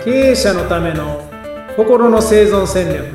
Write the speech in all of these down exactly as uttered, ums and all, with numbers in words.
経営者のための心の生存戦略。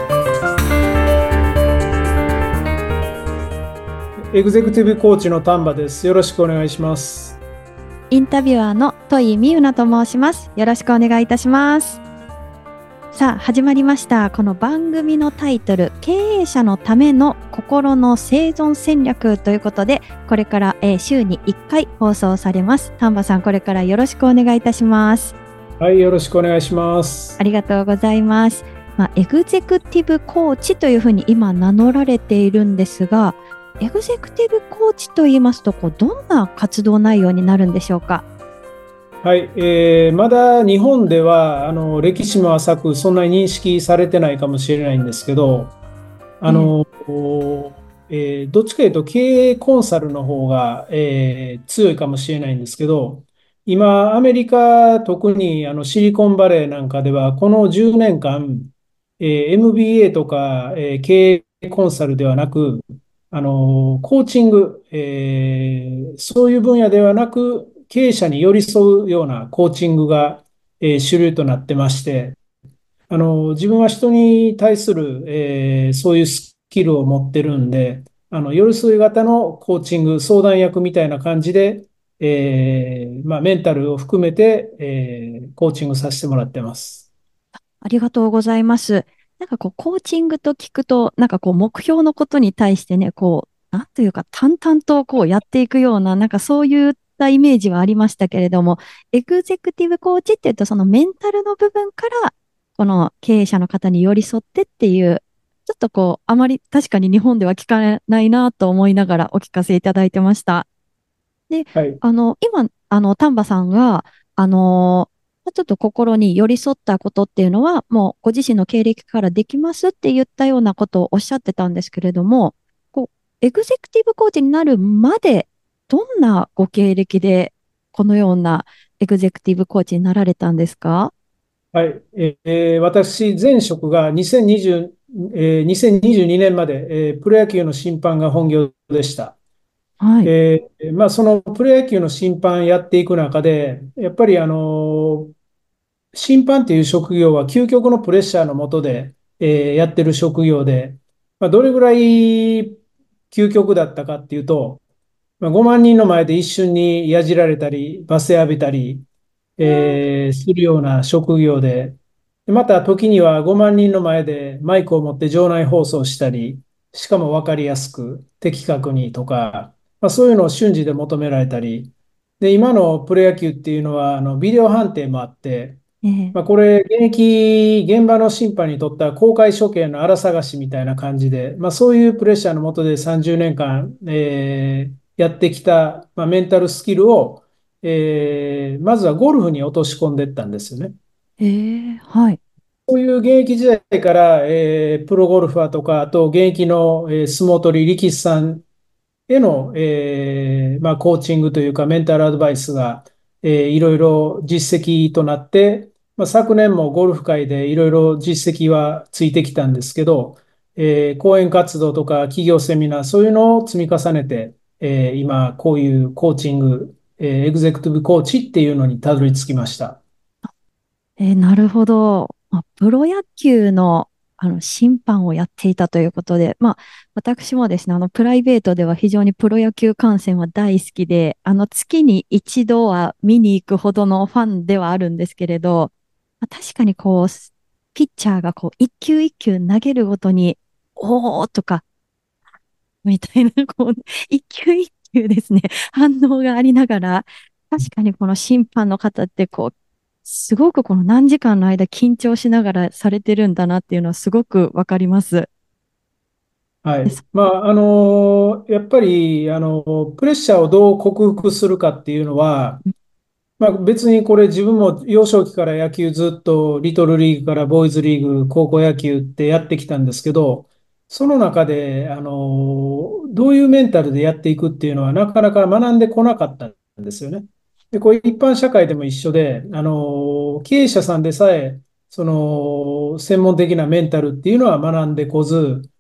エグゼクティブコーチの丹波です。よろしくお願いします。 インタビュアーの戸井美優奈と申します。よろしくお願いいたします。さあ始まりました。この番組のタイトル、経営者のための心の生存戦略ということで、これから、えー、週にいっかい放送されます。丹波さん、これからよろしくお願いいたします。 はい、よろしくお願いします。 ありがとうございます。まあ、エグゼクティブコーチというふうに今名乗られているんですが、エグゼクティブコーチと言いますと、こうどんな活動内容になるんでしょうか？ はい、えー、まだ日本ではあの歴史も浅くそんなに認識されてないかもしれないんですけど、あえの、えーどっちかというと経営コンサルの方が、えー強いかもしれないんですけど、今、アメリカ、特にあのシリコンバレーなんかでは、このじゅうねんかん、えー エムビーエー とか、えー経営コンサルではなく、あの、コーチング、えーそういう分野ではなく、経営者に寄り添うようなコーチングが、えー主流となってまして、あの、自分は人に対する、えーそういうスキルを持ってるんで、あの、寄り添い型のコーチング、相談役みたいな感じで、えーまあ、メンタルを含めて、えーコーチングさせてもらってます。 ありがとうございます。なんかこう、コーチングと聞くと、なんかこう、目標のことに対してね、こう、なんというか、淡々とこうやっていくような、なんかそういったイメージはありましたけれども、エグゼクティブコーチっていうと、そのメンタルの部分から、この経営者の方に寄り添ってっていう、ちょっとこう、あまり確かに日本では聞かないなと思いながらお聞かせいただいてました。で、 はい。 あの、今、あの、丹波さんが、あの、ちょっと心に寄り添ったことっていうのは、もうご自身の経歴からできますって言ったようなことをおっしゃってたんですけれども、こう、エグゼクティブコーチになるまで、どんなご経歴で、このようなエグゼクティブコーチになられたんですか？ はい。えー私、前職がにせんにじゅう、えーにせんにじゅうにねんまで、えープロ野球の審判が本業でした。 はい。 えーまあ、そのプロ野球の審判やっていく中で、やっぱりあの審判っていう職業は究極のプレッシャーの下で、えーやってる職業で、まあ、どれぐらい究極だったかっていうと、まあ、ごまん人の前で一瞬にやじられたり、罵声浴びたり、えーするような職業で、でまた時にはごまん人の前でマイクを持って場内放送したり、しかも分かりやすく、的確にとか、まあ、そういうのを瞬時で求められたり、で、今のプロ野球っていうのは、あのビデオ判定もあって、 ええ。 まあ、これ、現役、現場の審判にとっては公開処刑の荒探しみたいな感じで、まあ、そういうプレッシャーの下でさんじゅうねんかん、えーやってきた、まあ、メンタルスキルを、えーまずはゴルフに落とし込んでいったんですよね。 ええ、はい。 そういう現役時代から、えープロゴルファーとか、あと現役の、えー相撲取り力士さんへの、えーまあ、コーチングというかメンタルアドバイスが、えーいろいろ実績となって、まあ、昨年もゴルフ界でいろいろ実績はついてきたんですけど、えー講演活動とか企業セミナー、そういうのを積み重ねて、えー今こういうコーチング、えーエグゼクティブコーチっていうのにたどり着きました。 えーなるほど。まあ、プロ野球の、あの審判をやっていたということで、まあ、私もですね、あのプライベートでは非常にプロ野球観戦は大好きで、あの月に一度は見に行くほどのファンではあるんですけれど、まあ、確かにこう、ピッチャーがこう一球一球投げるごとに、おーとか、みたいな、こう、一球一球ですね、反応がありながら、確かにこの審判の方ってこう、すごくこの何時間の間緊張しながらされてるんだなっていうのはすごくわかります。 はい。 です。 まあ、あの、やっぱり、あの、プレッシャーをどう克服するかっていうのは、まあ、別にこれ自分も幼少期から野球ずっとリトルリーグからボーイズリーグ、高校野球ってやってきたんですけど、その中で、あの、どういうメンタルでやっていくっていうのはなかなか学んでこなかったんですよね。で、こう一般社会でも一緒で、あの、経営者さんでさえ、その、専門的なメンタルっていうのは学んでこず、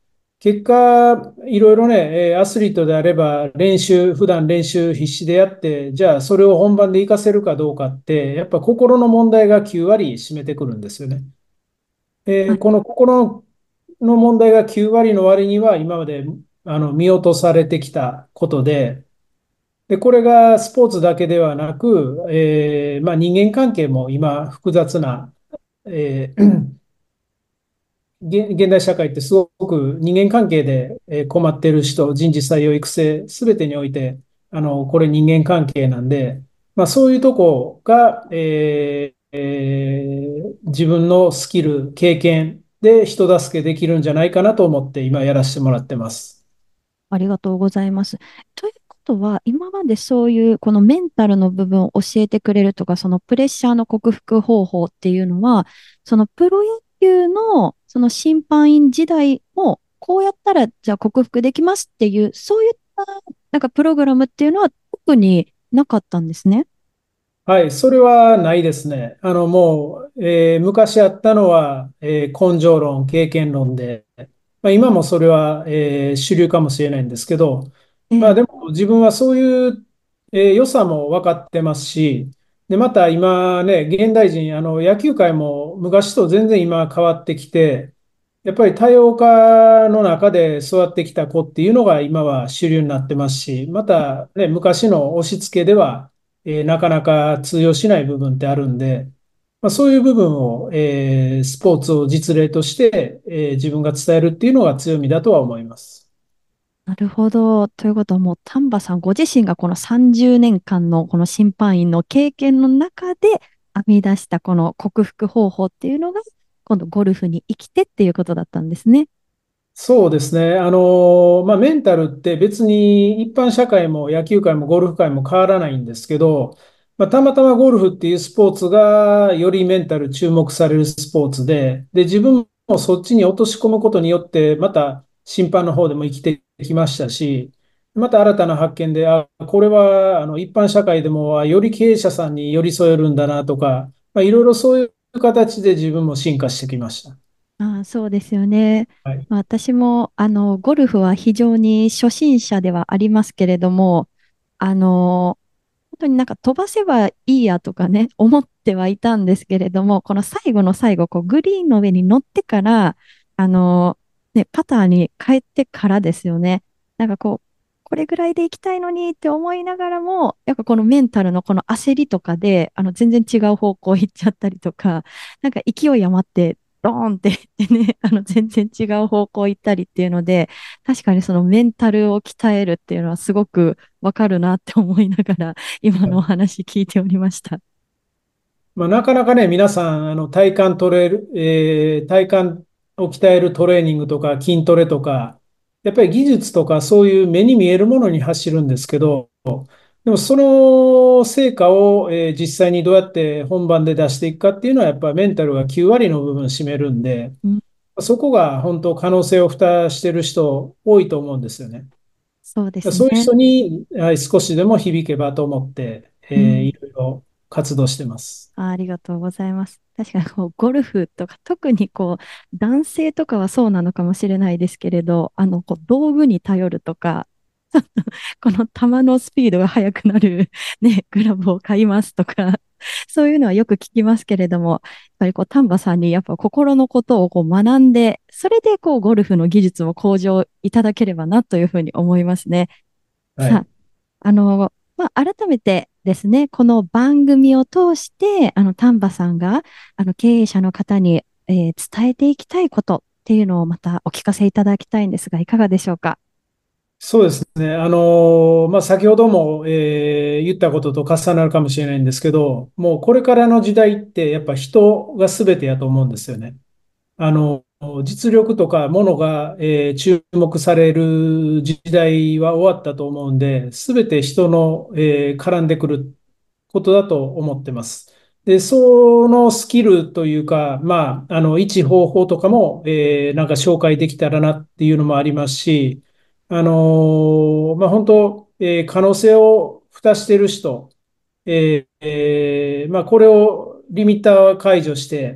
結果、いろいろね、えーアスリートであれば練習、普段練習必死でやって、じゃあそれを本番で活かせるかどうかって、やっぱ心の問題がきゅう割占めてくるんですよね。えはい。 ーこの心の問題がきゅう割の割には今まであの見落とされてきたことで、で、これがスポーツだけではなく、えーまあ、人間関係も今複雑な、えー現現代社会ってすごく人間関係でえー困っている人、人事採用育成、すべてにおいて、あの、これ人間関係なんで、まあ、そういうとこが、えーえー自分のスキル、経験で人助けできるんじゃないかなと思って今やらせてもらってます。 ありがとうございます。ということは、今までそういうこのメンタルの部分を教えてくれるとか、そのプレッシャーの克服方法っていうのは、そのプロ野球のその審判員時代も、こうやったらじゃあ克服できますっていう、そういったなんかプログラムっていうのは特になかったんですね。 はい、それはないですね。あの、もう、えー昔あったのは、えー根性論、経験論で、まあ、今もそれは、えー主流かもしれないんですけど、 ええ。 まあでも自分はそういう、えー良さも分かってますし、で、また今ね、現代人、あの、野球界も昔と全然今変わってきて、やっぱり多様化の中で育ってきた子っていうのが今は主流になってますし、またね、昔の押し付けでは、えーなかなか通用しない部分ってあるんで、まあ、そういう部分を、えースポーツを実例として、えー自分が伝えるっていうのが強みだとは思います。 なるほど。ということはもう丹波さんご自身がこのさんじゅうねんかんのこの審判員の経験の中で編み出したこの克服方法っていうのが今度ゴルフに生きてっていうことだったんですね。 そうですね。あの、まあ、メンタルって別に一般社会も野球界もゴルフ界も変わらないんですけど、まあ、たまたまゴルフっていうスポーツがよりメンタル注目されるスポーツで、で、自分もそっちに落とし込むことによって、また審判の方でも生きてきましたし、また新たな発見で、あ、これはあの一般社会でもあより経営者さんに寄り添えるんだなとか、まあ、いろいろそういう形で自分も進化してきました。 ああ、そうですよね。 はい。 まあ私もあのゴルフは非常に初心者ではありますけれども、あの本当になんか飛ばせばいいやとかね、思ってはいたんですけれども、この最後の最後、こうグリーンの上に乗ってから、あのね、パターに帰ってからですよね。なんかこう、これぐらいで行きたいのにって思いながらも、やっぱこのメンタルのこの焦りとかで、あの全然違う方向行っちゃったりとか、なんか勢い余って、ドーンって言ってね、あの全然違う方向行ったりっていうので、確かにそのメンタルを鍛えるっていうのはすごくわかるなって思いながら、今のお話聞いておりました。 まあ、なかなかね、皆さん、あの体幹トレる、えー体幹を鍛えるトレーニングとか筋トレとか、やっぱり技術とかそういう目に見えるものに走るんですけど、でもその成果を、えー実際にどうやって本番で出していくかっていうのは、やっぱりメンタルがきゅう割の部分を占めるんで、 うん、 そこが本当可能性を蓋してる人多いと思うんですよね。 そうですそういうね。 人にはい少しでも響けばと思って、えーいうん。 ろいろ活動してます。 あ、ありがとうございます。確かにこうゴルフとか、特にこう男性とかはそうなのかもしれないですけれど、あのこう道具に頼るとか、この球のスピードが速くなる、ね、グラブを買いますとか、そういうのはよく聞きますけれども、やっぱりこう丹波さんにやっぱ心のことをこう学んで、それでこうゴルフの技術も向上いただければなというふうに思いますね。さはい。 あ、あの、まあ、改めてですね、この番組を通して、あの、丹波さんが、あの、経営者の方に、えー伝えていきたいことっていうのをまたお聞かせいただきたいんですが、いかがでしょうか。 そうですね。あの、まあ、先ほども、えー言ったことと重なるかもしれないんですけど、もうこれからの時代ってやっぱ人が全てやと思うんですよね。あの、実力とかものが、えー注目される時代は終わったと思うんで、全て人の、えー絡んでくることだと思ってます。で、そのスキルというか、まあ、あの、一方法とかも、えーなんか紹介できたらなっていうのもありますし、あのーまあ、本当、えー可能性を蓋している人、えーえーまあ、これをリミッター解除して、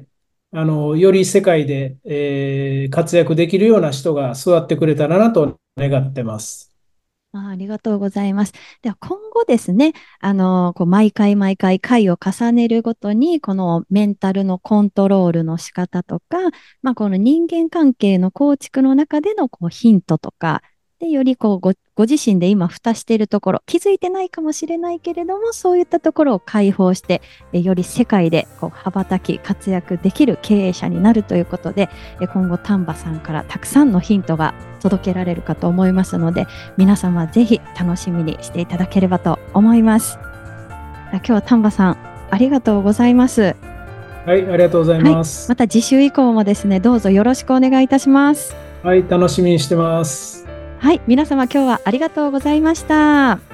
あの、より世界で、えー活躍できるような人が育ってくれたらなと願ってます。 あ、ありがとうございます。では今後ですね、あの、こう毎回毎回回を重ねるごとに、このメンタルのコントロールの仕方とか、まあ、この人間関係の構築の中でのこうヒントとか、で、よりこうご、ご自身で今蓋しているところ、気づいてないかもしれないけれども、そういったところを解放して、えより世界でこう羽ばたき活躍できる経営者になるということで、え今後丹波さんからたくさんのヒントが届けられるかと思いますので、皆様ぜひ楽しみにしていただければと思います。今日は丹波さん、ありがとうございます。 はい、ありがとうございはい、 ます。 また次週以降もですね、どうぞよろしくお願いいたします。 はい、楽しみにしてます。 はい、皆様今日はありがとうございました。